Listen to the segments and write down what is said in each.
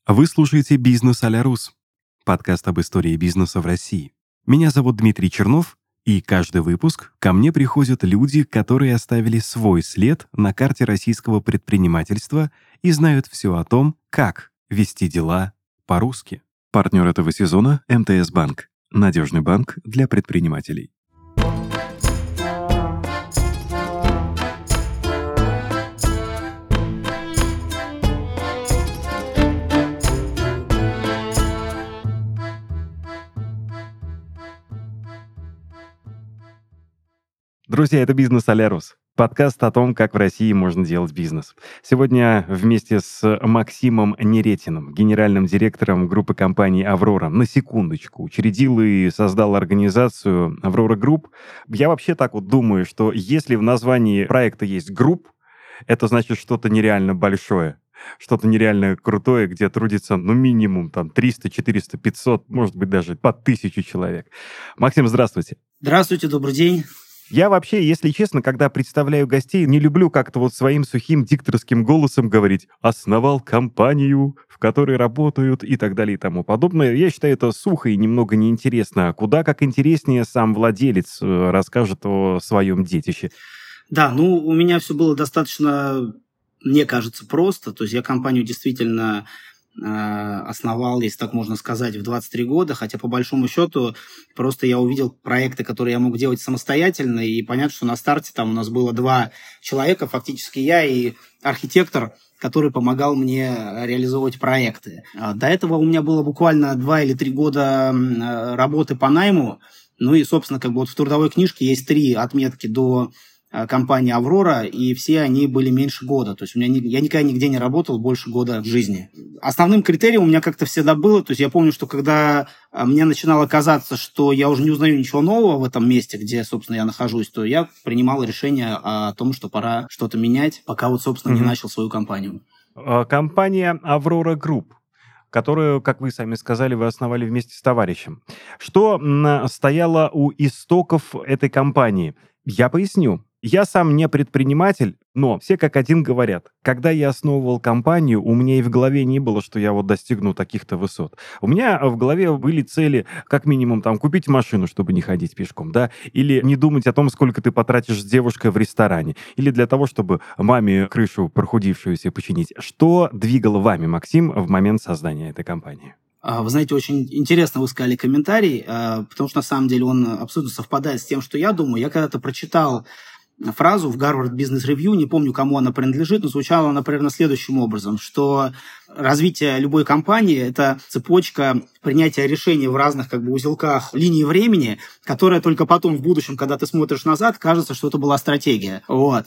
Вы слушаете «Бизнес а-ля Рус», подкаст об истории бизнеса в России. Меня зовут Дмитрий Чернов, и каждый выпуск ко мне приходят люди, которые оставили свой след на карте российского предпринимательства и знают все о том, как вести дела по-русски. Партнер этого сезона — МТС Банк. Надежный банк для предпринимателей. Друзья, это «Бизнес а-ля Рус», подкаст о том, как в России можно делать бизнес. Сегодня вместе с Максимом Неретиным, генеральным директором группы компаний «Аврора», на секундочку, учредил и создал организацию «Аврора Групп». Я вообще так вот думаю, что если в названии проекта есть «групп», это значит что-то нереально большое. Что-то нереально крутое, где трудится, минимум 300, 400, 500, может быть, даже по 1000 человек. Максим, здравствуйте. Здравствуйте, добрый день. Я вообще, если честно, когда представляю гостей, не люблю как-то вот своим сухим дикторским голосом говорить «основал компанию, в которой работают» и так далее и тому подобное. Я считаю, это сухо и немного неинтересно. Куда как интереснее сам владелец расскажет о своем детище. Да, у меня все было достаточно, мне кажется, просто. То есть я компанию действительно основал, если так можно сказать, в 23 года, хотя по большому счету просто я увидел проекты, которые я мог делать самостоятельно, и понятно, что на старте там у нас было 2 человека, фактически я и архитектор, который помогал мне реализовывать проекты. До этого у меня было буквально 2 или 3 года работы по найму, и, собственно, вот в трудовой книжке есть 3 отметки до компании «Аврора», и все они были меньше года. То есть я никогда нигде не работал больше года в жизни. Основным критерием у меня как-то всегда было, то есть я помню, что когда мне начинало казаться, что я уже не узнаю ничего нового в этом месте, где, собственно, я нахожусь, то я принимал решение о том, что пора что-то менять, пока собственно, не начал свою компанию. Компания «Аврора Групп», которую, как вы сами сказали, вы основали вместе с товарищем. Что стояло у истоков этой компании? Я поясню. Я сам не предприниматель, но все как один говорят, когда я основывал компанию, у меня и в голове не было, что я достигну таких-то высот. У меня в голове были цели, как минимум, купить машину, чтобы не ходить пешком, да, или не думать о том, сколько ты потратишь с девушкой в ресторане, или для того, чтобы маме крышу прохудившуюся починить. Что двигало вами, Максим, в момент создания этой компании? Вы знаете, очень интересно вы сказали комментарий, потому что на самом деле он абсолютно совпадает с тем, что я думаю. Я когда-то прочитал фразу в Harvard Business Review, не помню, кому она принадлежит, но звучала она примерно следующим образом, что развитие любой компании – это цепочка принятия решений в разных узелках линии времени, которая только потом в будущем, когда ты смотришь назад, кажется, что это была стратегия.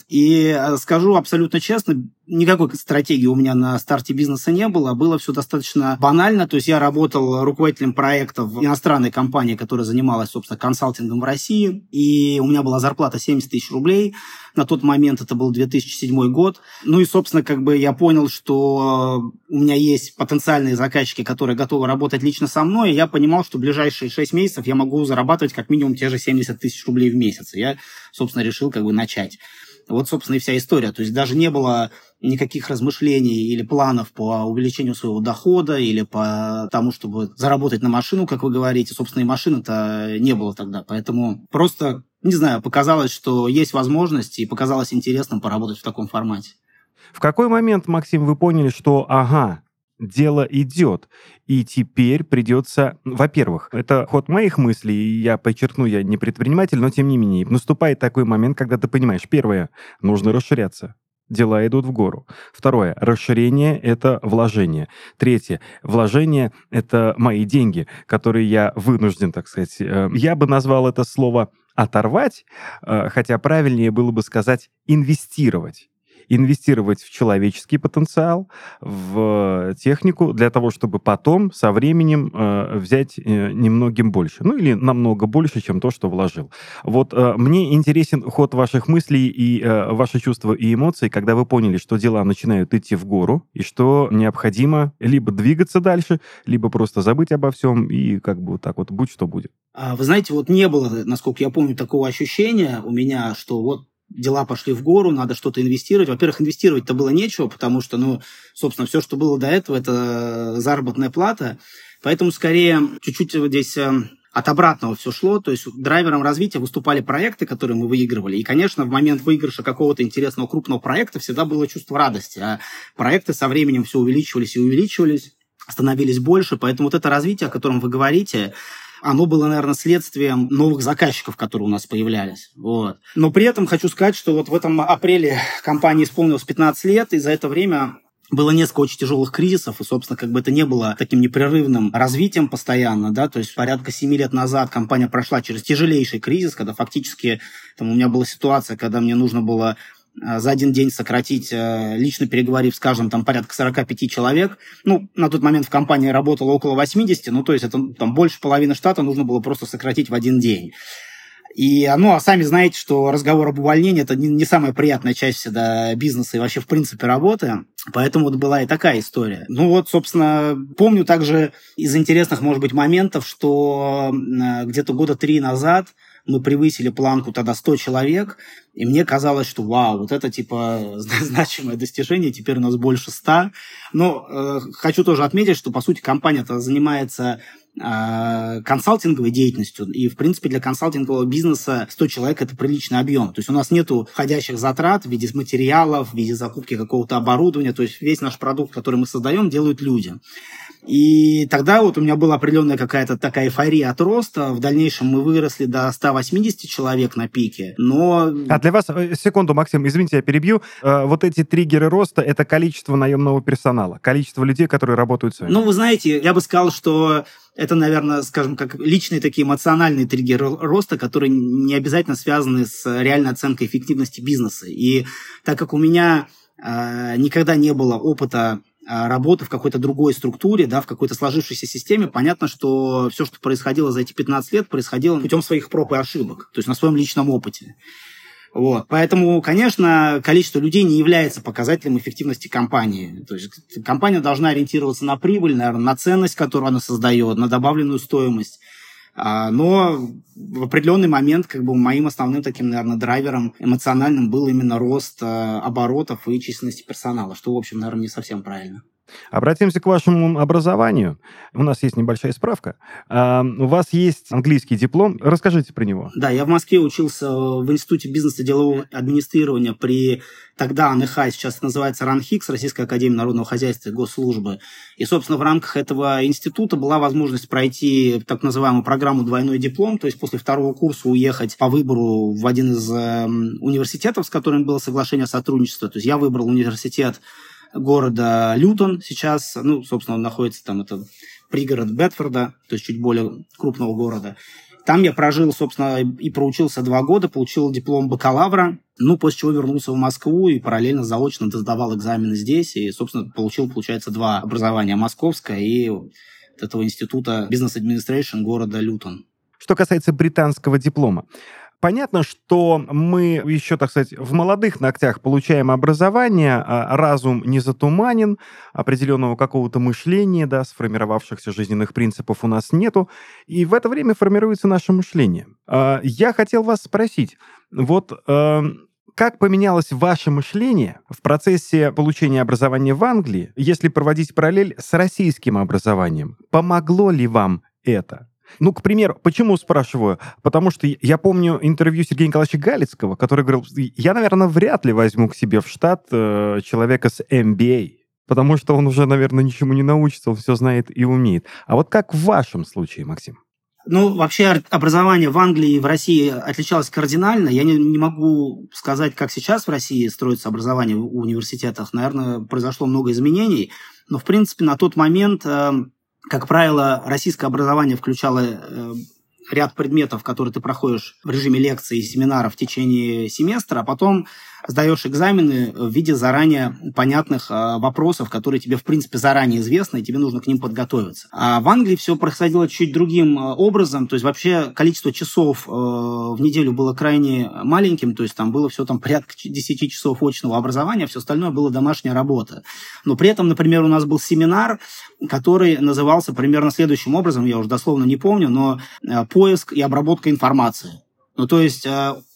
И скажу абсолютно честно, никакой стратегии у меня на старте бизнеса не было, было все достаточно банально, то есть я работал руководителем проектов в иностранной компании, которая занималась, собственно, консалтингом в России, и у меня была зарплата 70 тысяч рублей, на тот момент это был 2007 год, и, собственно, я понял, что у меня есть потенциальные заказчики, которые готовы работать лично со мной, и я понимал, что в ближайшие 6 месяцев я могу зарабатывать как минимум те же 70 тысяч рублей в месяц, и я, собственно, решил начать. Собственно, и вся история. То есть даже не было никаких размышлений или планов по увеличению своего дохода или по тому, чтобы заработать на машину, как вы говорите. Собственно, и машины-то не было тогда. Поэтому просто, не знаю, показалось, что есть возможность, и показалось интересным поработать в таком формате. В какой момент, Максим, вы поняли, что дело идет, и теперь придется... Во-первых, это ход моих мыслей, и я подчеркну, я не предприниматель, но тем не менее, наступает такой момент, когда ты понимаешь, первое, нужно расширяться. Дела идут в гору. Второе, расширение — это вложение. Третье, вложение — это мои деньги, которые я вынужден, так сказать, я бы назвал это слово «оторвать», хотя правильнее было бы сказать «инвестировать». Инвестировать в человеческий потенциал, в технику, для того, чтобы потом со временем взять немногим больше. Или намного больше, чем то, что вложил. Мне интересен ход ваших мыслей и ваши чувства и эмоции, когда вы поняли, что дела начинают идти в гору, и что необходимо либо двигаться дальше, либо просто забыть обо всем и будь что будет. Вы знаете, не было, насколько я помню, такого ощущения у меня, что дела пошли в гору, надо что-то инвестировать. Во-первых, инвестировать-то было нечего, потому что, собственно, все, что было до этого, это заработная плата. Поэтому, скорее, чуть-чуть здесь от обратного все шло. То есть драйвером развития выступали проекты, которые мы выигрывали. И, конечно, в момент выигрыша какого-то интересного крупного проекта всегда было чувство радости. А проекты со временем все увеличивались и увеличивались, становились больше. Поэтому вот это развитие, о котором вы говорите, оно было, наверное, следствием новых заказчиков, которые у нас появлялись. Вот. Но при этом хочу сказать, что вот в этом апреле компании исполнилось 15 лет, и за это время было несколько очень тяжелых кризисов, и, собственно, это не было таким непрерывным развитием постоянно, да, то есть порядка 7 лет назад компания прошла через тяжелейший кризис, когда фактически у меня была ситуация, когда мне нужно было за один день сократить, лично переговорив с каждым, порядка 45 человек. На тот момент в компании работало около 80, то есть это больше половины штата нужно было просто сократить в один день. И, сами знаете, что разговор об увольнении – это не самая приятная часть всегда бизнеса и вообще, в принципе, работы. Поэтому была и такая история. Собственно, помню также из интересных, может быть, моментов, что где-то года 3 назад мы превысили планку тогда 100 человек, и мне казалось, что вау, вот это значимое достижение, теперь у нас больше 100. Но хочу тоже отметить, что, по сути, компания-то занимается консалтинговой деятельностью, и, в принципе, для консалтингового бизнеса 100 человек – это приличный объем. То есть у нас нету входящих затрат в виде материалов, в виде закупки какого-то оборудования, то есть весь наш продукт, который мы создаем, делают люди. И тогда у меня была определенная какая-то такая эйфория от роста. В дальнейшем мы выросли до 180 человек на пике, но... А для вас, секунду, Максим, извините, я перебью. Вот эти триггеры роста – это количество наемного персонала, количество людей, которые работают с вами. Вы знаете, я бы сказал, что это, наверное, скажем, как личные такие эмоциональные триггеры роста, которые не обязательно связаны с реальной оценкой эффективности бизнеса. И так как у меня никогда не было опыта работы в какой-то другой структуре, да, в какой-то сложившейся системе, понятно, что все, что происходило за эти 15 лет, происходило путем своих проб и ошибок, то есть на своем личном опыте. Вот. Поэтому, конечно, количество людей не является показателем эффективности компании. То есть компания должна ориентироваться на прибыль, наверное, на ценность, которую она создает, на добавленную стоимость. Но в определенный момент моим основным таким, наверное, драйвером эмоциональным был именно рост оборотов и численности персонала, что, в общем, наверное, не совсем правильно. Обратимся к вашему образованию. У нас есть небольшая справка. У вас есть английский диплом. Расскажите про него. Да, я в Москве учился в Институте бизнеса и делового администрирования при тогда АНХ, сейчас это называется РАНХИКС, Российская академия народного хозяйства и госслужбы. И, собственно, в рамках этого института была возможность пройти так называемую программу «Двойной диплом», то есть после второго курса уехать по выбору в один из университетов, с которым было соглашение о сотрудничестве. То есть я выбрал университет города Лютон сейчас, собственно, он находится это пригород Бетфорда, то есть чуть более крупного города. Там я прожил, собственно, и проучился 2 года, получил диплом бакалавра, после чего вернулся в Москву и параллельно заочно сдавал экзамены здесь, и, собственно, получил, получается, 2 образования: московское и этого института бизнес-администрейшн города Лютон. Что касается британского диплома, понятно, что мы еще, так сказать, в молодых ногтях получаем образование, разум не затуманен, определенного какого-то мышления, да, сформировавшихся жизненных принципов у нас нету, и в это время формируется наше мышление. Я хотел вас спросить, как поменялось ваше мышление в процессе получения образования в Англии, если проводить параллель с российским образованием? Помогло ли вам это? К примеру, почему спрашиваю? Потому что я помню интервью Сергея Николаевича Галицкого, который говорил, я, наверное, вряд ли возьму к себе в штат человека с MBA, потому что он уже, наверное, ничему не научится, он все знает и умеет. А вот как в вашем случае, Максим? Вообще образование в Англии и в России отличалось кардинально. Я не могу сказать, как сейчас в России строится образование в университетах. Наверное, произошло много изменений. Но, в принципе, на тот момент, как правило, российское образование включало ряд предметов, которые ты проходишь в режиме лекций и семинаров в течение семестра, а потом сдаешь экзамены в виде заранее понятных вопросов, которые тебе, в принципе, заранее известны, и тебе нужно к ним подготовиться. А в Англии все происходило чуть другим образом, то есть вообще количество часов в неделю было крайне маленьким, то есть там было все порядка 10 часов очного образования, а все остальное было домашняя работа. Но при этом, например, у нас был семинар, который назывался примерно следующим образом, я уже дословно не помню, но поиск и обработка информации. То есть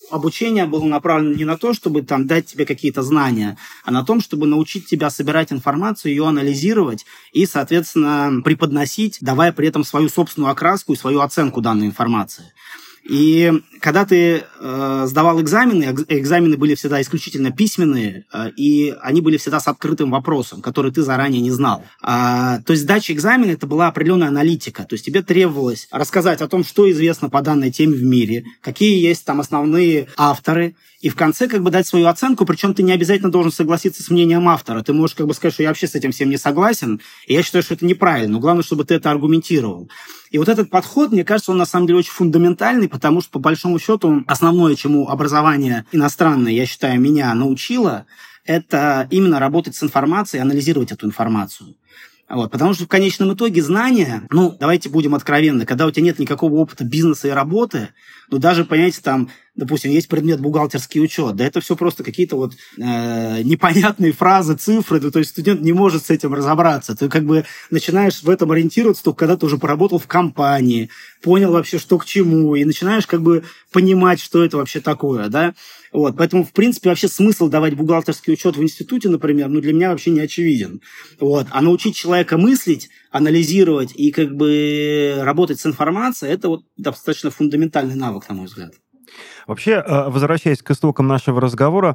обучение было направлено не на то, чтобы там дать тебе какие-то знания, а на том, чтобы научить тебя собирать информацию, ее анализировать и, соответственно, преподносить, давая при этом свою собственную окраску и свою оценку данной информации. И когда ты сдавал экзамены были всегда исключительно письменные, и они были всегда с открытым вопросом, который ты заранее не знал. То есть сдача экзамена – это была определенная аналитика. То есть тебе требовалось рассказать о том, что известно по данной теме в мире, какие есть там основные авторы, и в конце как бы дать свою оценку, причем ты не обязательно должен согласиться с мнением автора. Ты можешь как бы сказать, что я вообще с этим всем не согласен, и я считаю, что это неправильно, но главное, чтобы ты это аргументировал. И вот этот подход, мне кажется, он на самом деле очень фундаментальный, потому что, по большому счету, основное, чему образование иностранное, я считаю, меня научило, это именно работать с информацией, анализировать эту информацию. Вот, потому что в конечном итоге знания, давайте будем откровенны, когда у тебя нет никакого опыта бизнеса и работы, даже, понимаете, там, допустим, есть предмет бухгалтерский учет, да это все просто какие-то вот непонятные фразы, цифры, то есть студент не может с этим разобраться. Ты как бы начинаешь в этом ориентироваться только когда ты уже поработал в компании, понял вообще, что к чему, и начинаешь как бы понимать, что это вообще такое, да. Вот, поэтому, в принципе, вообще смысл давать бухгалтерский учет в институте, например, для меня вообще не очевиден. Вот. А научить человека мыслить, анализировать и как бы работать с информацией, это вот достаточно фундаментальный навык, на мой взгляд. Вообще, возвращаясь к истокам нашего разговора,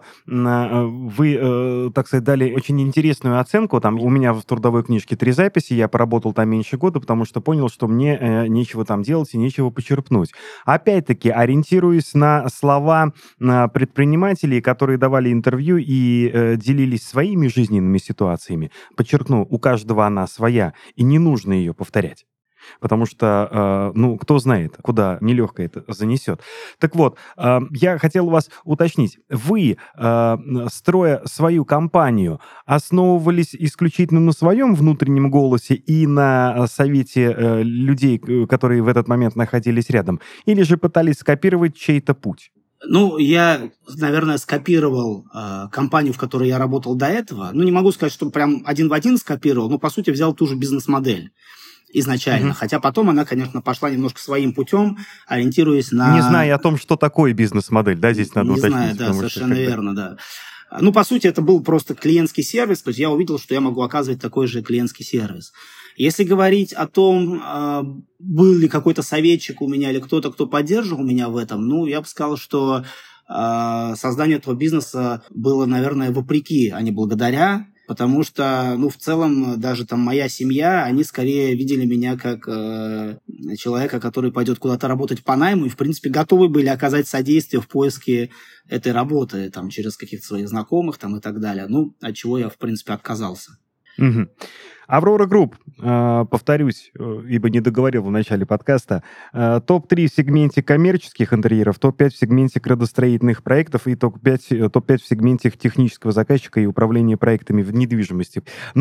вы, так сказать, дали очень интересную оценку. Там у меня в трудовой книжке 3 записи, я поработал там меньше года, потому что понял, что мне нечего там делать и нечего почерпнуть. Опять-таки, ориентируясь на слова предпринимателей, которые давали интервью и делились своими жизненными ситуациями, подчеркну, у каждого она своя, и не нужно ее повторять. Потому что, кто знает, куда нелегко это занесет. Так вот, я хотел вас уточнить. Вы, строя свою компанию, основывались исключительно на своем внутреннем голосе и на совете людей, которые в этот момент находились рядом? Или же пытались скопировать чей-то путь? Я, наверное, скопировал компанию, в которой я работал до этого. Не могу сказать, что прям один в один скопировал, но, по сути, взял ту же бизнес-модель изначально. Хотя потом она, конечно, пошла немножко своим путем, ориентируясь на... Не зная о том, что такое бизнес-модель, да, здесь надо уточнить. Не знаю, да, совершенно верно, да. По сути, это был просто клиентский сервис, то есть я увидел, что я могу оказывать такой же клиентский сервис. Если говорить о том, был ли какой-то советчик у меня или кто-то, кто поддерживал меня в этом, я бы сказал, что создание этого бизнеса было, наверное, вопреки, а не благодаря. Потому что, в целом, даже там моя семья, они скорее видели меня как человека, который пойдет куда-то работать по найму, и, в принципе, готовы были оказать содействие в поиске этой работы, там, через каких-то своих знакомых, там, и так далее. От чего я, в принципе, отказался. Угу. Аврора Групп, повторюсь, ибо не договорил в начале подкаста, топ-3 в сегменте коммерческих интерьеров, топ-5 в сегменте градостроительных проектов и топ-5 в сегменте технического заказчика и управления проектами в недвижимости.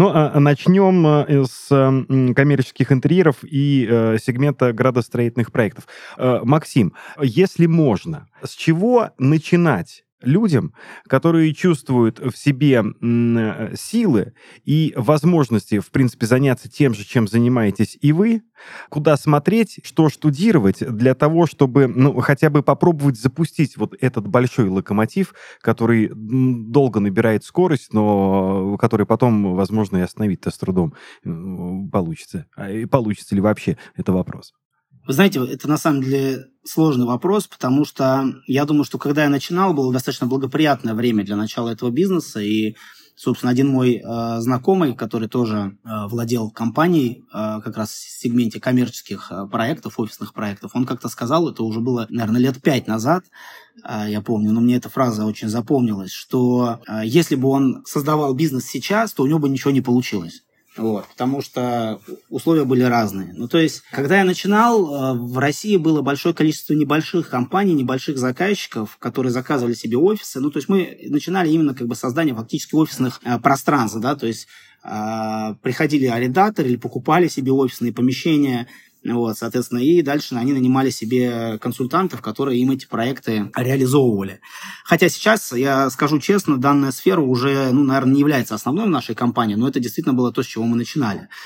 Начнем с коммерческих интерьеров и сегмента градостроительных проектов. Максим, если можно, с чего начинать людям, которые чувствуют в себе силы и возможности, в принципе, заняться тем же, чем занимаетесь и вы, куда смотреть, что штудировать для того, чтобы хотя бы попробовать запустить вот этот большой локомотив, который долго набирает скорость, но который потом, возможно, и остановить-то с трудом получится. И получится ли вообще, это вопрос. Вы знаете, это на самом деле сложный вопрос, потому что я думаю, что когда я начинал, было достаточно благоприятное время для начала этого бизнеса, и, собственно, один мой знакомый, который тоже владел компанией как раз в сегменте коммерческих проектов, офисных проектов, он как-то сказал, это уже было, наверное, лет 5 назад, я помню, но мне эта фраза очень запомнилась, что если бы он создавал бизнес сейчас, то у него бы ничего не получилось. Потому что условия были разные. То есть, когда я начинал, в России было большое количество небольших компаний, небольших заказчиков, которые заказывали себе офисы. То есть, мы начинали именно как бы создание фактически офисных пространств, да, то есть, приходили арендаторы или покупали себе офисные помещения, соответственно, и дальше они нанимали себе консультантов, которые им эти проекты реализовывали. Хотя сейчас, я скажу честно, данная сфера уже, наверное, не является основной в нашей компании, но это действительно было то, с чего мы начинали.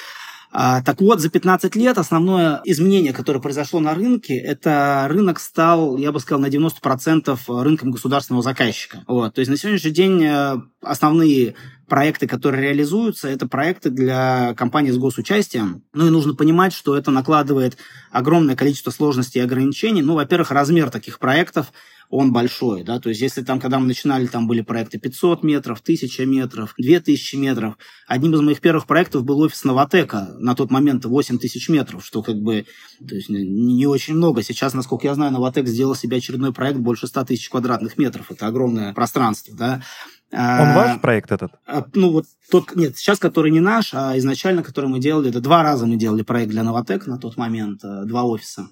Так вот, за 15 лет основное изменение, которое произошло на рынке, это рынок стал, я бы сказал, на 90% рынком государственного заказчика. Вот. То есть на сегодняшний день основные проекты, которые реализуются, это проекты для компаний с госучастием. Ну и нужно понимать, что это накладывает огромное количество сложностей и ограничений. Ну, во-первых, размер таких проектов, он большой, да, то есть если там, когда мы начинали, там были проекты 500 метров, 1000 метров, 2000 метров. Одним из моих первых проектов был офис Новотека, на тот момент 8000 метров, что как бы, то есть не очень много. Сейчас, насколько я знаю, Новотек сделал себе очередной проект больше 100 тысяч квадратных метров, это огромное пространство, да. Он ваш проект этот? Ну, вот тот, нет, сейчас, который не наш, а изначально, который мы делали, это 2 раза мы делали проект для Новотек на тот момент, 2 офиса.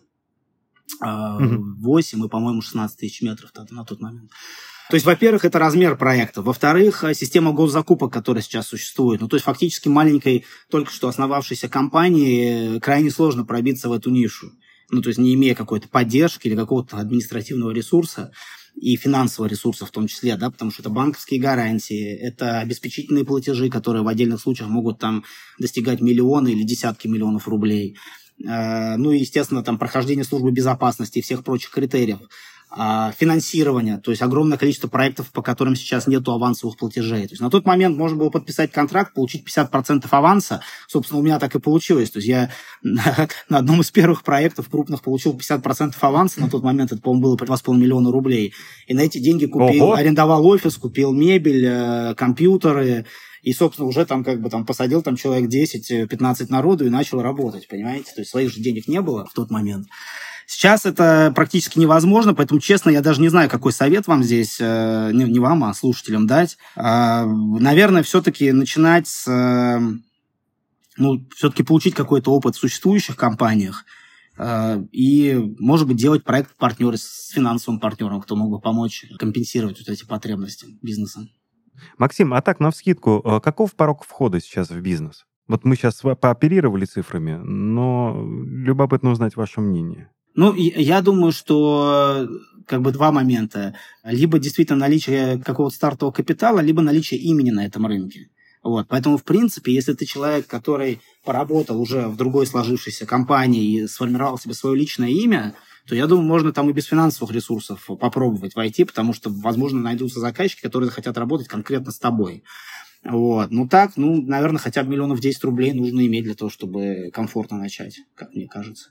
8 и, по-моему, 16 тысяч метров на тот момент. То есть, во-первых, это размер проекта. Во-вторых, система госзакупок, которая сейчас существует. Ну, то есть, фактически маленькой, только что основавшейся компании крайне сложно пробиться в эту нишу. Ну, то есть, не имея какой-то поддержки или какого-то административного ресурса и финансового ресурса в том числе, да, потому что это банковские гарантии, это обеспечительные платежи, которые в отдельных случаях могут там достигать миллионы или десятки миллионов рублей. Ну и, естественно, там прохождение службы безопасности и всех прочих критериев. Финансирование, то есть огромное количество проектов, по которым сейчас нету авансовых платежей. То есть на тот момент можно было подписать контракт, получить 50% аванса. Собственно, у меня так и получилось. То есть я на одном из первых проектов крупных получил 50% аванса. На тот момент это, по-моему, было 2,5 миллиона рублей. И на эти деньги арендовал офис, купил мебель, компьютеры. И, собственно, уже там как бы там посадил там человек 10-15 народу и начал работать, понимаете? То есть своих же денег не было в тот момент. Сейчас это практически невозможно, поэтому, честно, я даже не знаю, какой совет вам здесь, не вам, а слушателям дать. Наверное, все-таки начинать с... все-таки получить какой-то опыт в существующих компаниях и, может быть, делать проект-партнеры с финансовым партнером, кто мог бы помочь компенсировать вот эти потребности бизнеса. Максим, а так, навскидку, каков порог входа сейчас в бизнес? Вот мы сейчас пооперировали цифрами, но любопытно узнать ваше мнение. Ну, я думаю, что как бы 2 момента. Либо действительно наличие какого-то стартового капитала, либо наличие имени на этом рынке. Вот. Поэтому, в принципе, если ты человек, который поработал уже в другой сложившейся компании и сформировал себе свое личное имя, то, я думаю, можно там и без финансовых ресурсов попробовать войти, потому что, возможно, найдутся заказчики, которые захотят работать конкретно с тобой. Вот. Наверное, хотя бы 10 миллионов рублей нужно иметь для того, чтобы комфортно начать, как мне кажется.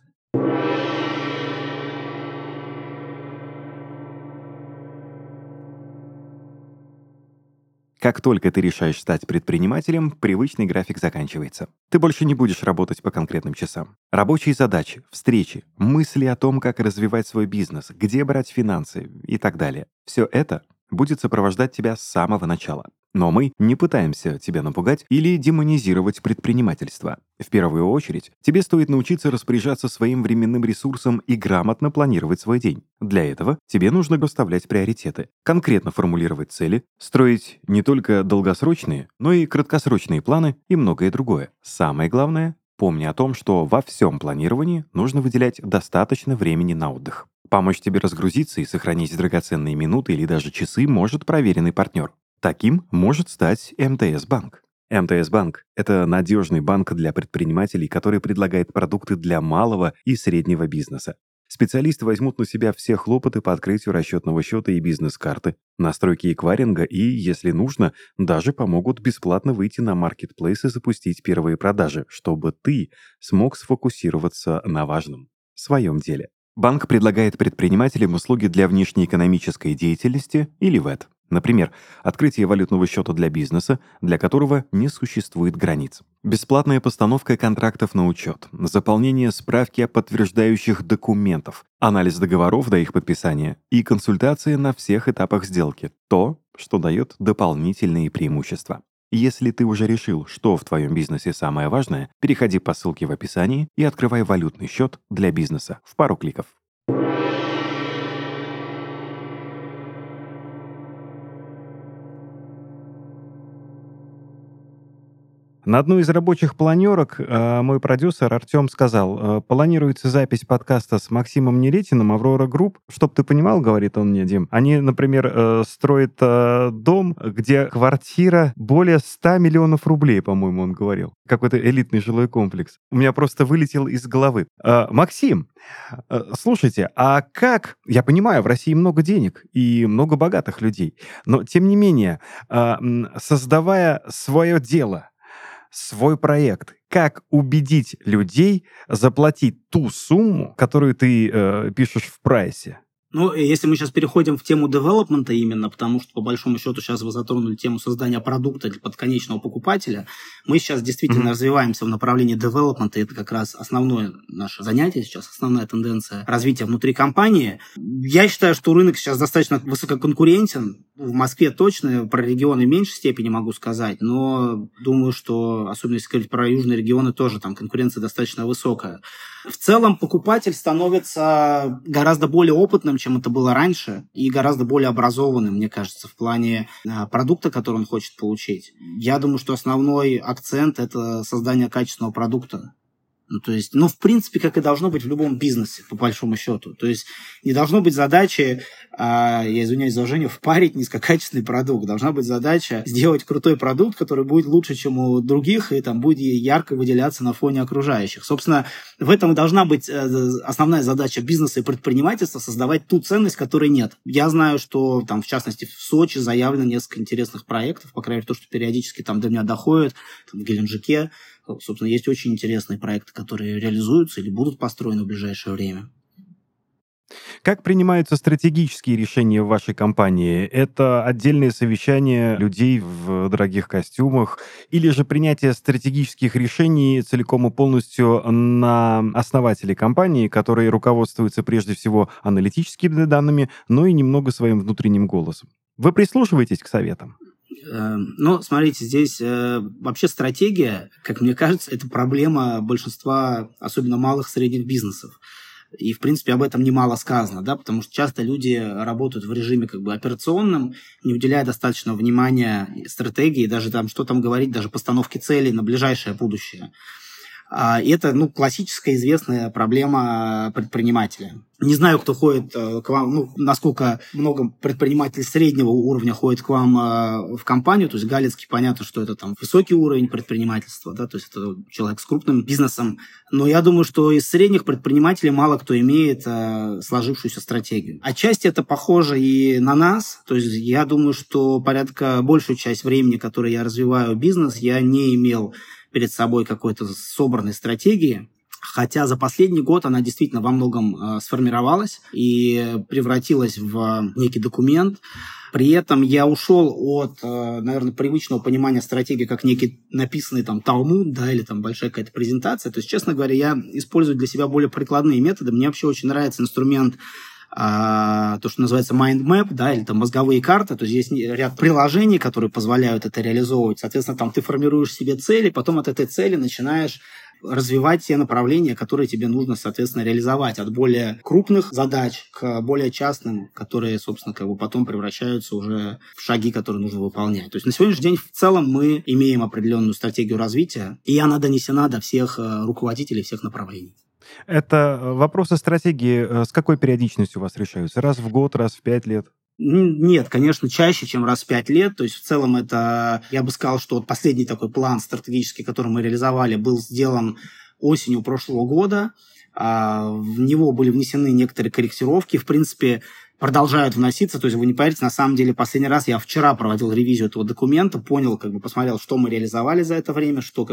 Как только ты решаешь стать предпринимателем, привычный график заканчивается. Ты больше не будешь работать по конкретным часам. Рабочие задачи, встречи, мысли о том, как развивать свой бизнес, где брать финансы и так далее. Все это будет сопровождать тебя с самого начала. Но мы не пытаемся тебя напугать или демонизировать предпринимательство. В первую очередь, тебе стоит научиться распоряжаться своим временным ресурсом и грамотно планировать свой день. Для этого тебе нужно расставлять приоритеты, конкретно формулировать цели, строить не только долгосрочные, но и краткосрочные планы и многое другое. Самое главное, помни о том, что во всем планировании нужно выделять достаточно времени на отдых. Помочь тебе разгрузиться и сохранить драгоценные минуты или даже часы может проверенный партнер. Таким может стать МТС-банк. МТС-банк — это надежный банк для предпринимателей, который предлагает продукты для малого и среднего бизнеса. Специалисты возьмут на себя все хлопоты по открытию расчетного счета и бизнес-карты, настройки эквайринга и, если нужно, даже помогут бесплатно выйти на маркетплейс и запустить первые продажи, чтобы ты смог сфокусироваться на важном — своем деле. Банк предлагает предпринимателям услуги для внешнеэкономической деятельности или ВЭД. Например, открытие валютного счета для бизнеса, для которого не существует границ. Бесплатная постановка контрактов на учет, заполнение справки о подтверждающих документов, анализ договоров до их подписания и консультация на всех этапах сделки. То, что дает дополнительные преимущества. Если ты уже решил, что в твоем бизнесе самое важное, переходи по ссылке в описании и открывай валютный счет для бизнеса в пару кликов. На одну из рабочих планерок мой продюсер Артем сказал, планируется запись подкаста с Максимом Неретиным, Аврора Групп. Чтоб ты понимал, говорит он мне, Дим, они, например, строят дом, где квартира более 100 миллионов рублей, по-моему, он говорил. Какой-то элитный жилой комплекс. У меня просто вылетел из головы. Максим, слушайте, а как... Я понимаю, в России много денег и много богатых людей, но, тем не менее, создавая свое дело, свой проект, как убедить людей заплатить ту сумму, которую ты пишешь в прайсе? Ну, если мы сейчас переходим в тему девелопмента именно, потому что, по большому счету, сейчас вы затронули тему создания продукта под конечного покупателя, мы сейчас действительно развиваемся в направлении девелопмента, и это как раз основное наше занятие сейчас, основная тенденция развития внутри компании. Я считаю, что рынок сейчас достаточно высококонкурентен. В Москве точно, про регионы в меньшей степени могу сказать, но думаю, что, особенно если говорить про южные регионы, тоже там конкуренция достаточно высокая. В целом покупатель становится гораздо более опытным, чем это было раньше, и гораздо более образованным, мне кажется, в плане продукта, который он хочет получить. Я думаю, что основной акцент – это создание качественного продукта. Ну, то есть, в принципе, как и должно быть в любом бизнесе, по большому счету. То есть, не должно быть задачи, я извиняюсь за выражение, впарить низкокачественный продукт. Должна быть задача сделать крутой продукт, который будет лучше, чем у других, и там будет ярко выделяться на фоне окружающих. Собственно, в этом и должна быть основная задача бизнеса и предпринимательства – создавать ту ценность, которой нет. Я знаю, что, там, в частности, в Сочи заявлено несколько интересных проектов, по крайней мере, то, что периодически там до меня доходит, там, в Геленджике. Собственно, есть очень интересные проекты, которые реализуются или будут построены в ближайшее время. Как принимаются стратегические решения в вашей компании? Это отдельные совещания людей в дорогих костюмах или же принятие стратегических решений целиком и полностью на основателей компании, которые руководствуются прежде всего аналитическими данными, но и немного своим внутренним голосом? Вы прислушиваетесь к советам? Ну, смотрите, здесь вообще стратегия, как мне кажется, это проблема большинства, особенно малых и средних бизнесов. И, в принципе, об этом немало сказано, да, потому что часто люди работают в режиме как бы операционном, не уделяя достаточно внимания стратегии, даже там, что там говорить, даже постановке целей на ближайшее будущее. И это, классическая известная проблема предпринимателя. Не знаю, кто ходит к вам, насколько много предпринимателей среднего уровня ходит к вам в компанию. То есть Галицкий, понятно, что это там высокий уровень предпринимательства, да, то есть это человек с крупным бизнесом. Но я думаю, что из средних предпринимателей мало кто имеет сложившуюся стратегию. Отчасти это похоже и на нас. То есть я думаю, что большую часть времени, которое я развиваю бизнес, я не имел перед собой какой-то собранной стратегии, хотя за последний год она действительно во многом сформировалась и превратилась в некий документ. При этом я ушел от, наверное, привычного понимания стратегии как некий написанный там талмуд, да, или там большая какая-то презентация. То есть, честно говоря, я использую для себя более прикладные методы. Мне вообще очень нравится инструмент, то, что называется mind map, да, или там мозговые карты, то есть есть ряд приложений, которые позволяют это реализовывать. Соответственно, там ты формируешь себе цели, потом от этой цели начинаешь развивать те направления, которые тебе нужно, соответственно, реализовать. От более крупных задач к более частным, которые, собственно, как бы потом превращаются уже в шаги, которые нужно выполнять. То есть на сегодняшний день в целом мы имеем определенную стратегию развития, и она донесена до всех руководителей всех направлений. Это вопросы стратегии с какой периодичностью у вас решаются? Раз в год, раз в 5 лет? Нет, конечно, чаще, чем раз в 5 лет. То есть в целом это, я бы сказал, что вот последний такой план стратегический, который мы реализовали, был сделан осенью прошлого года. В него были внесены некоторые корректировки. В принципе, продолжают вноситься. То есть вы не поверите, на самом деле, последний раз я вчера проводил ревизию этого документа, понял, посмотрел, что мы реализовали за это время, что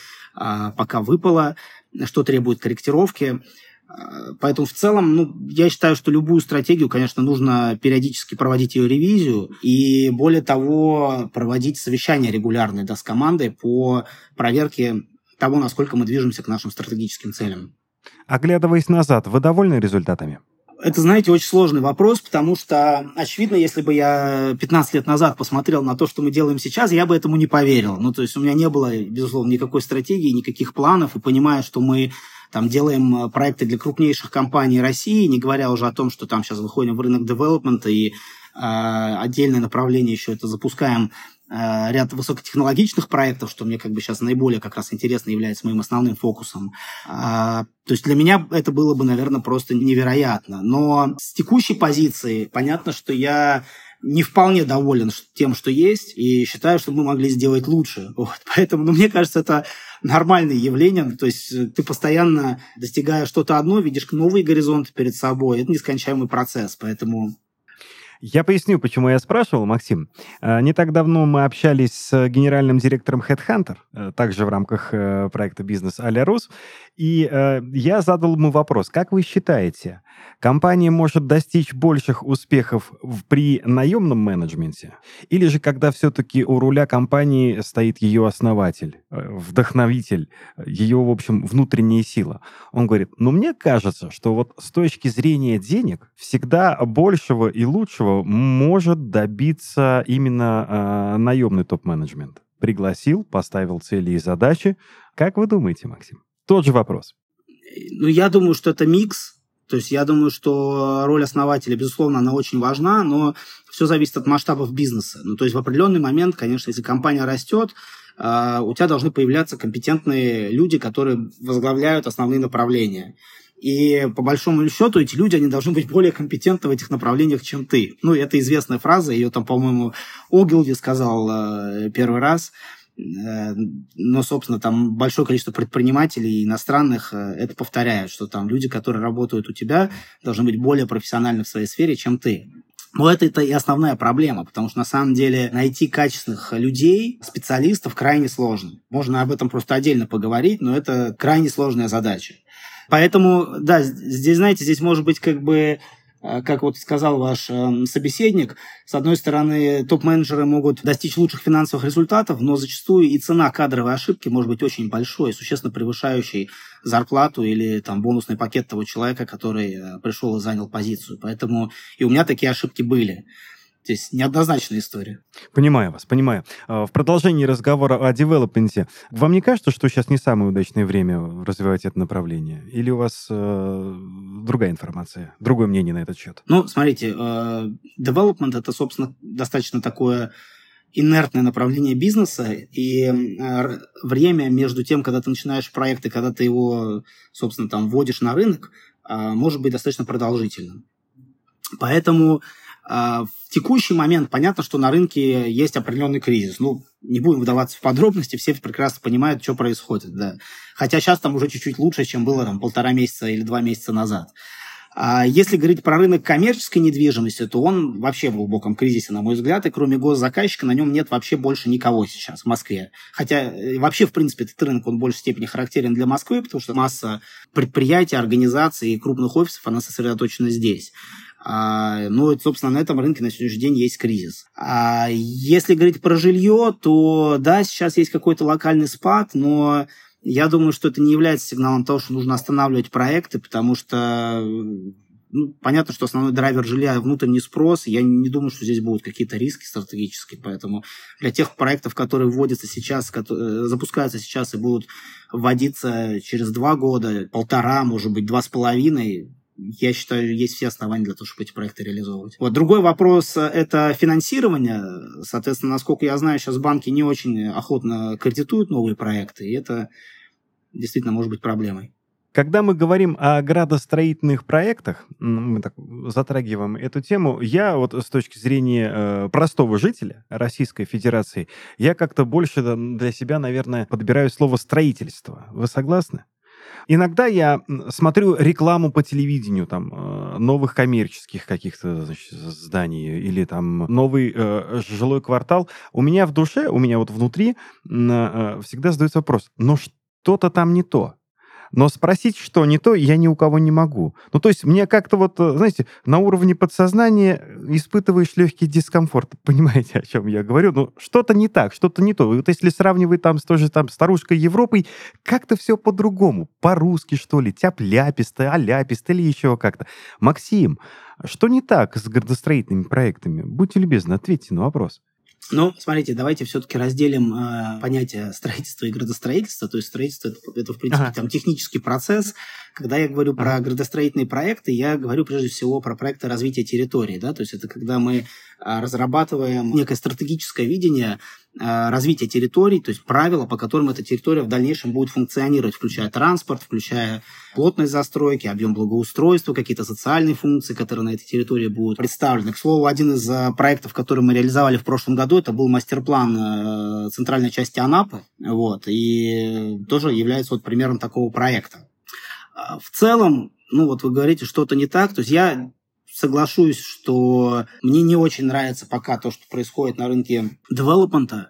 пока выпало, что требует корректировки. Поэтому в целом, я считаю, что любую стратегию, конечно, нужно периодически проводить ее ревизию и, более того, проводить совещания регулярные, с командой по проверке того, насколько мы движемся к нашим стратегическим целям. Оглядываясь назад, вы довольны результатами? Это, знаете, очень сложный вопрос, потому что, очевидно, если бы я 15 лет назад посмотрел на то, что мы делаем сейчас, я бы этому не поверил. То есть у меня не было, безусловно, никакой стратегии, никаких планов, и понимая, что мы там делаем проекты для крупнейших компаний России, не говоря уже о том, что там сейчас выходим в рынок девелопмента и отдельное направление еще это запускаем ряд высокотехнологичных проектов, что мне как бы сейчас наиболее как раз интересно, является моим основным фокусом. То есть для меня это было бы, наверное, просто невероятно. Но с текущей позиции понятно, что я не вполне доволен тем, что есть, и считаю, что мы могли сделать лучше. Вот. Поэтому, мне кажется, это нормальное явление. То есть ты постоянно, достигая что-то одно, видишь новые горизонты перед собой. Это нескончаемый процесс, поэтому... Я поясню, почему я спрашивал, Максим. Не так давно мы общались с генеральным директором HeadHunter, также в рамках проекта «Бизнес а-ля Рус», и я задал ему вопрос. Как вы считаете, компания может достичь больших успехов при наемном менеджменте, или же когда все-таки у руля компании стоит ее основатель, вдохновитель, ее, в общем, внутренняя сила? Он говорит, мне кажется, что вот с точки зрения денег всегда большего и лучшего может добиться именно наемный топ-менеджмент. Пригласил, поставил цели и задачи. Как вы думаете, Максим? Тот же вопрос. Я думаю, что это микс. То есть я думаю, что роль основателя, безусловно, она очень важна, но все зависит от масштабов бизнеса. То есть в определенный момент, конечно, если компания растет, у тебя должны появляться компетентные люди, которые возглавляют основные направления. И по большому счету эти люди, они должны быть более компетентны в этих направлениях, чем ты. Это известная фраза, ее там, по-моему, Огилви сказал первый раз. Но, собственно, там большое количество предпринимателей иностранных это повторяют, что там люди, которые работают у тебя, должны быть более профессиональны в своей сфере, чем ты. Но это и основная проблема, потому что, на самом деле, найти качественных людей, специалистов, крайне сложно. Можно об этом просто отдельно поговорить, но это крайне сложная задача. Поэтому, да, здесь, знаете, здесь может быть как вот сказал ваш собеседник, с одной стороны, топ-менеджеры могут достичь лучших финансовых результатов, но зачастую и цена кадровой ошибки может быть очень большой, существенно превышающей зарплату или там бонусный пакет того человека, который пришел и занял позицию. Поэтому и у меня такие ошибки были. Здесь неоднозначная история. Понимаю вас, понимаю. В продолжении разговора о девелопменте, вам не кажется, что сейчас не самое удачное время развивать это направление? Или у вас другая информация, другое мнение на этот счет? Смотрите, development – это, собственно, достаточно такое инертное направление бизнеса, и время между тем, когда ты начинаешь проект и когда ты его, собственно, там вводишь на рынок, может быть достаточно продолжительным. Поэтому в текущий момент понятно, что на рынке есть определенный кризис. Не будем вдаваться в подробности, все прекрасно понимают, что происходит. Да. Хотя сейчас там уже чуть-чуть лучше, чем было там 1,5 месяца или 2 месяца назад. А если говорить про рынок коммерческой недвижимости, то он вообще в глубоком кризисе, на мой взгляд, и кроме госзаказчика на нем нет вообще больше никого сейчас в Москве. Хотя вообще, в принципе, этот рынок, он в большей степени характерен для Москвы, потому что масса предприятий, организаций и крупных офисов, она сосредоточена здесь. Собственно, на этом рынке на сегодняшний день есть кризис. Если говорить про жилье, то да, сейчас есть какой-то локальный спад, но я думаю, что это не является сигналом того, что нужно останавливать проекты, потому что понятно, что основной драйвер жилья – внутренний спрос. Я не думаю, что здесь будут какие-то риски стратегические. Поэтому для тех проектов, которые вводятся сейчас, запускаются сейчас и будут вводиться через 2 года, 1,5, может быть, 2,5, я считаю, есть все основания для того, чтобы эти проекты реализовывать. Другой вопрос – это финансирование. Соответственно, насколько я знаю, сейчас банки не очень охотно кредитуют новые проекты, и это действительно может быть проблемой. Когда мы говорим о градостроительных проектах, мы так затрагиваем эту тему, я с точки зрения простого жителя Российской Федерации, я как-то больше для себя, наверное, подбираю слово «строительство». Вы согласны? Иногда я смотрю рекламу по телевидению, новых коммерческих каких-то зданий или новый жилой квартал. У меня в душе, внутри всегда задается вопрос, но что-то там не то. Но спросить, что не то, я ни у кого не могу. То есть мне как-то знаете, на уровне подсознания испытываешь легкий дискомфорт. Понимаете, о чем я говорю? Что-то не так, что-то не то. Если сравнивать с той же старушкой Европой, как-то все по-другому. По-русски, что ли, тяп-ляписто, а-ляписто или еще как-то. Максим, что не так с градостроительными проектами? Будьте любезны, ответьте на вопрос. Смотрите, давайте все-таки разделим понятие строительства и градостроительства. То есть строительство – это в принципе, технический процесс. Когда я говорю про градостроительные проекты, я говорю прежде всего про проекты развития территории. Да? То есть это когда мы разрабатываем некое стратегическое видение развития территорий, то есть правила, по которым эта территория в дальнейшем будет функционировать, включая транспорт, включая плотность застройки, объем благоустройства, какие-то социальные функции, которые на этой территории будут представлены. К слову, один из проектов, который мы реализовали в прошлом году, это был мастер-план центральной части Анапы, и тоже является примером такого проекта. В целом, вы говорите, что-то не так, то есть я соглашусь, что мне не очень нравится пока то, что происходит на рынке девелопмента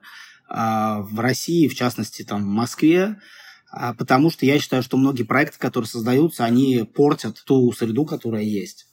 в России, в частности, в Москве, потому что я считаю, что многие проекты, которые создаются, они портят ту среду, которая есть.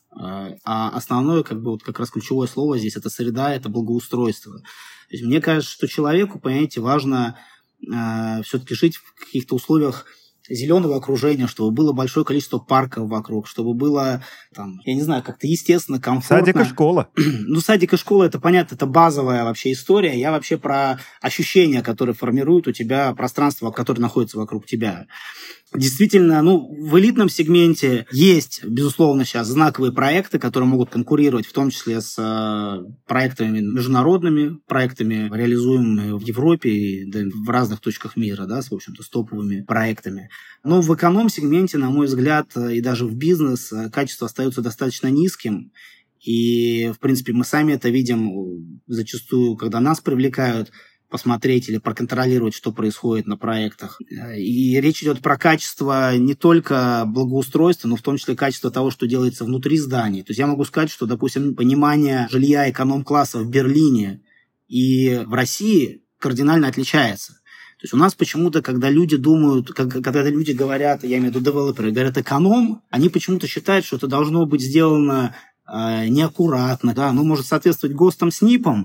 А основное, как раз ключевое слово здесь, это среда, это благоустройство. То есть мне кажется, что человеку, понимаете, важно все-таки жить в каких-то условиях зеленого окружения, чтобы было большое количество парков вокруг, чтобы было, как-то естественно, комфортно. Садик и школа. Садик и школа, это понятно, это базовая вообще история. Я вообще про ощущения, которые формируют у тебя пространство, которое находится вокруг тебя. Действительно, в элитном сегменте есть, безусловно, сейчас знаковые проекты, которые могут конкурировать, в том числе с проектами международными, проектами, реализуемыми в Европе и в разных точках мира, с топовыми проектами. Но в эконом-сегменте, на мой взгляд, и даже в бизнес качество остается достаточно низким. И, в принципе, мы сами это видим зачастую, когда нас привлекают посмотреть или проконтролировать, что происходит на проектах. И речь идет про качество не только благоустройства, но в том числе качество того, что делается внутри зданий. То есть я могу сказать, что, допустим, понимание жилья эконом-класса в Берлине и в России кардинально отличается. То есть у нас почему-то, когда люди думают, когда люди говорят, я имею в виду девелоперы, говорят эконом, они почему-то считают, что это должно быть сделано неаккуратно, может соответствовать ГОСТам, СНИПам,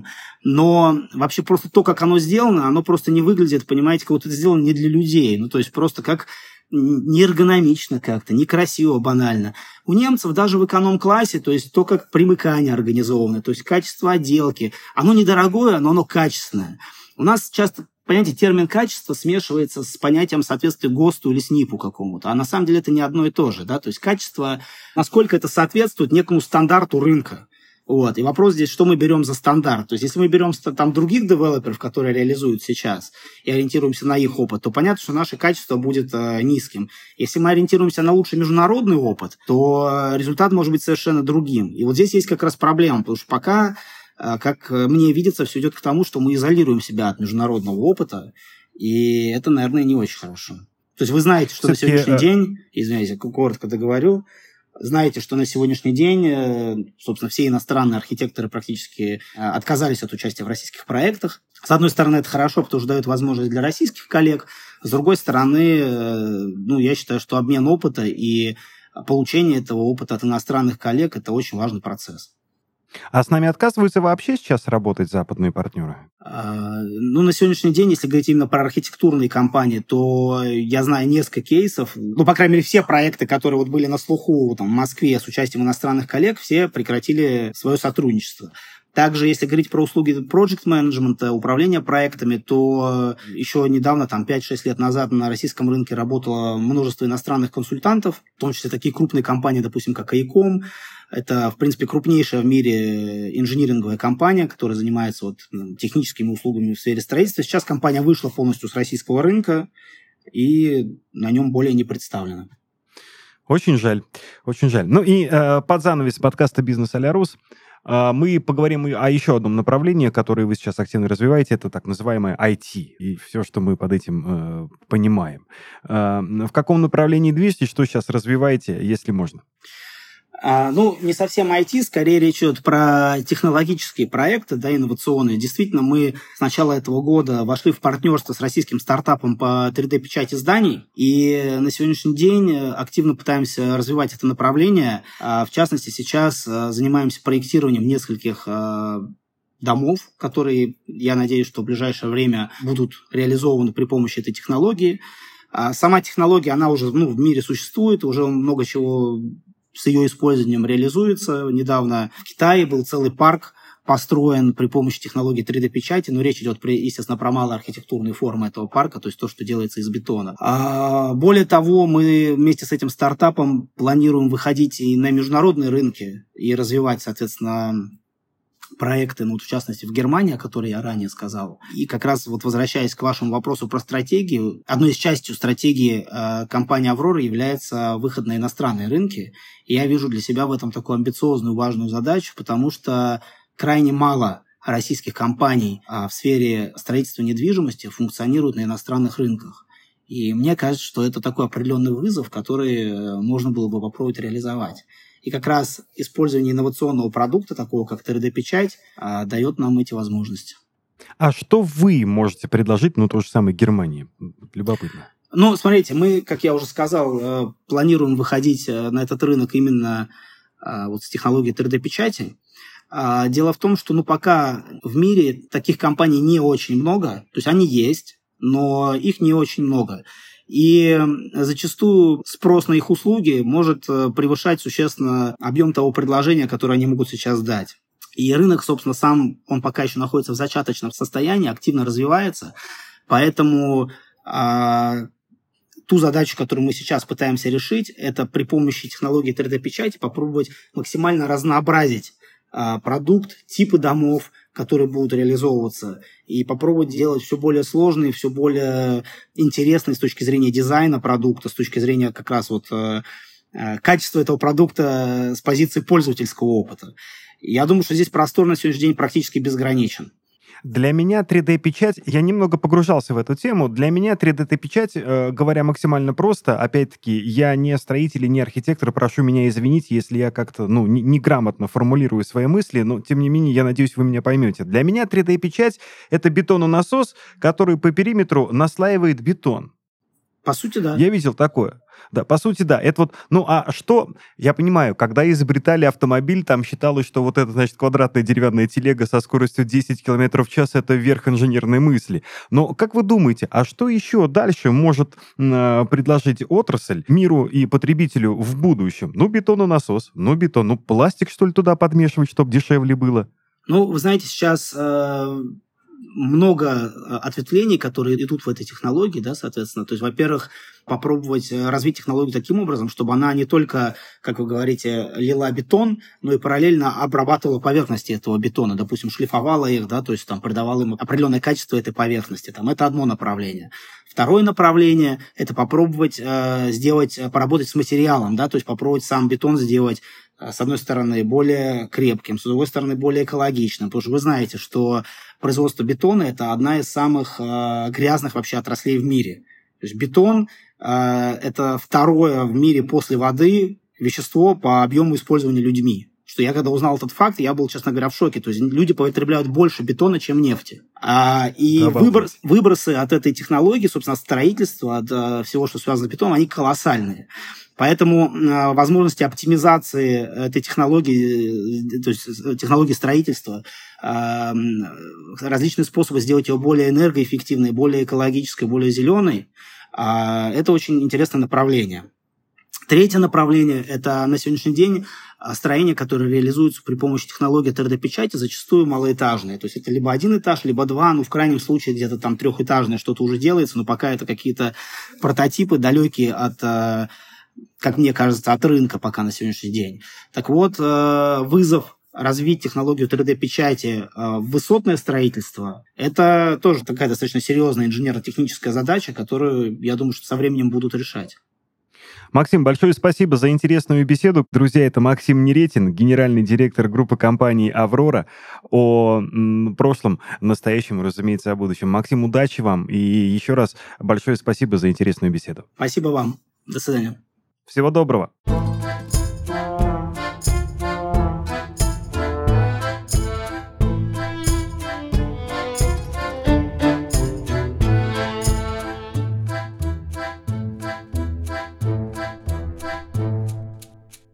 но вообще просто то, как оно сделано, оно просто не выглядит, понимаете, как это сделано не для людей, то есть просто как неэргономично как-то, некрасиво, банально. У немцев даже в эконом-классе, то есть то, как примыкание организовано, то есть качество отделки, оно недорогое, но оно качественное. У нас часто, понимаете, термин «качество» смешивается с понятием соответствия ГОСТу или СНИПу какому-то. А на самом деле это не одно и то же. То есть качество, насколько это соответствует некому стандарту рынка. И вопрос здесь, что мы берем за стандарт. То есть если мы берем других девелоперов, которые реализуют сейчас, и ориентируемся на их опыт, то понятно, что наше качество будет низким. Если мы ориентируемся на лучший международный опыт, то результат может быть совершенно другим. И здесь есть как раз проблема, потому что пока, как мне видится, все идет к тому, что мы изолируем себя от международного опыта, и это, наверное, не очень хорошо. То есть вы знаете, что на сегодняшний день, извиняюсь, я коротко договорю, знаете, что на сегодняшний день, собственно, все иностранные архитекторы практически отказались от участия в российских проектах. С одной стороны, это хорошо, потому что дает возможность для российских коллег. С другой стороны, я считаю, что обмен опыта и получение этого опыта от иностранных коллег – это очень важный процесс. А с нами отказываются вообще сейчас работать западные партнеры? На сегодняшний день, если говорить именно про архитектурные компании, то я знаю несколько кейсов. По крайней мере, все проекты, которые были на слуху в Москве с участием иностранных коллег, все прекратили свое сотрудничество. Также, если говорить про услуги проект-менеджмента, управления проектами, то еще недавно, 5-6 лет назад, на российском рынке работало множество иностранных консультантов, в том числе такие крупные компании, допустим, как AECOM. Это, в принципе, крупнейшая в мире инжиниринговая компания, которая занимается техническими услугами в сфере строительства. Сейчас компания вышла полностью с российского рынка и на нем более не представлена. Очень жаль, очень жаль. И под занавес подкаста «Бизнес а-ля Рус» мы поговорим о еще одном направлении, которое вы сейчас активно развиваете, это так называемое IT, и все, что мы под этим понимаем. В каком направлении движетесь, что сейчас развиваете, если можно? Не совсем IT, скорее речь идет про технологические проекты, инновационные. Действительно, мы с начала этого года вошли в партнерство с российским стартапом по 3D-печати зданий, и на сегодняшний день активно пытаемся развивать это направление. В частности, сейчас занимаемся проектированием нескольких домов, которые, я надеюсь, что в ближайшее время будут реализованы при помощи этой технологии. Сама технология, она уже в мире существует, уже много чего с ее использованием реализуется. Недавно в Китае был целый парк построен при помощи технологии 3D-печати, но речь идет, естественно, про малые архитектурные формы этого парка, то есть то, что делается из бетона. Более того, мы вместе с этим стартапом планируем выходить и на международные рынки и развивать, соответственно, проекты, ну, вот в частности, в Германии, о которой я ранее сказал. И как раз вот возвращаясь к вашему вопросу про стратегию, одной из частью стратегии компании «Аврора» является выход на иностранные рынки. И я вижу для себя в этом такую амбициозную, важную задачу, потому что крайне мало российских компаний в сфере строительства недвижимости функционируют на иностранных рынках. И мне кажется, что это такой определенный вызов, который можно было бы попробовать реализовать. И как раз использование инновационного продукта, такого как 3D-печать, дает нам эти возможности. А что вы можете предложить, ну, той же самой Германии? Любопытно. Ну, смотрите, мы, как я уже сказал, планируем выходить на этот рынок именно вот с технологией 3D-печати. Дело в том, что пока в мире таких компаний не очень много, то есть они есть, но их не очень много. И зачастую спрос на их услуги может превышать существенно объем того предложения, которое они могут сейчас дать. И рынок, собственно, сам, он пока еще находится в зачаточном состоянии, активно развивается. Поэтому ту задачу, которую мы сейчас пытаемся решить, это при помощи технологии 3D-печати попробовать максимально разнообразить продукт, типы домов, которые будут реализовываться, и попробовать делать все более сложные, все более интересные с точки зрения дизайна продукта, с точки зрения как раз вот качества этого продукта с позиции пользовательского опыта. Я думаю, что здесь простор на сегодняшний день практически безграничен. Для меня 3D-печать, я немного погружался в эту тему, для меня 3D-печать, говоря максимально просто, опять-таки, я не строитель и не архитектор, прошу меня извинить, если я как-то, неграмотно формулирую свои мысли, но, тем не менее, я надеюсь, вы меня поймете. Для меня 3D-печать — это бетононасос, который по периметру наслаивает бетон. По сути, да. Я видел такое. Да, по сути, да. Это вот, что, я понимаю, когда изобретали автомобиль, там считалось, что вот это, значит, квадратная деревянная телега со скоростью 10 км в час — это верх инженерной мысли. Но как вы думаете, а что еще дальше может предложить отрасль миру и потребителю в будущем? Бетононасос, бетон, пластик, что ли, туда подмешивать, чтобы дешевле было? Вы знаете, сейчас много ответвлений, которые идут в этой технологии, да, соответственно. То есть, во-первых, попробовать развить технологию таким образом, чтобы она не только, как вы говорите, лила бетон, но и параллельно обрабатывала поверхности этого бетона, допустим, шлифовала их, да, то есть там придавала им определенное качество этой поверхности. Это одно направление. Второе направление – это попробовать поработать с материалом, да, то есть попробовать сам бетон сделать, с одной стороны, более крепким, с другой стороны, более экологичным. Потому что вы знаете, что производство бетона – это одна из самых грязных вообще отраслей в мире. То есть бетон – это второе в мире после воды вещество по объему использования людьми. Что я когда узнал этот факт, я был, честно говоря, в шоке. То есть люди потребляют больше бетона, чем нефти. И выбросы от этой технологии, собственно, от строительства, от всего, что связано с бетоном, они колоссальные. Поэтому возможности оптимизации этой технологии, то есть технологии строительства, различные способы сделать ее более энергоэффективной, более экологической, более зеленой, это очень интересное направление. Третье направление – это на сегодняшний день строения, которые реализуются при помощи технологии 3D-печати, зачастую малоэтажные. То есть это либо один этаж, либо два, в крайнем случае где-то там трехэтажное что-то уже делается, но пока это какие-то прототипы, далекие от, как мне кажется, от рынка пока на сегодняшний день. Так вот, вызов развить технологию 3D-печати в высотное строительство – это тоже такая достаточно серьезная инженерно-техническая задача, которую, я думаю, что со временем будут решать. Максим, большое спасибо за интересную беседу. Друзья, это Максим Неретин, генеральный директор группы компании «Аврора», о прошлом, настоящем, разумеется, о будущем. Максим, удачи вам и еще раз большое спасибо за интересную беседу. Спасибо вам. До свидания. Всего доброго.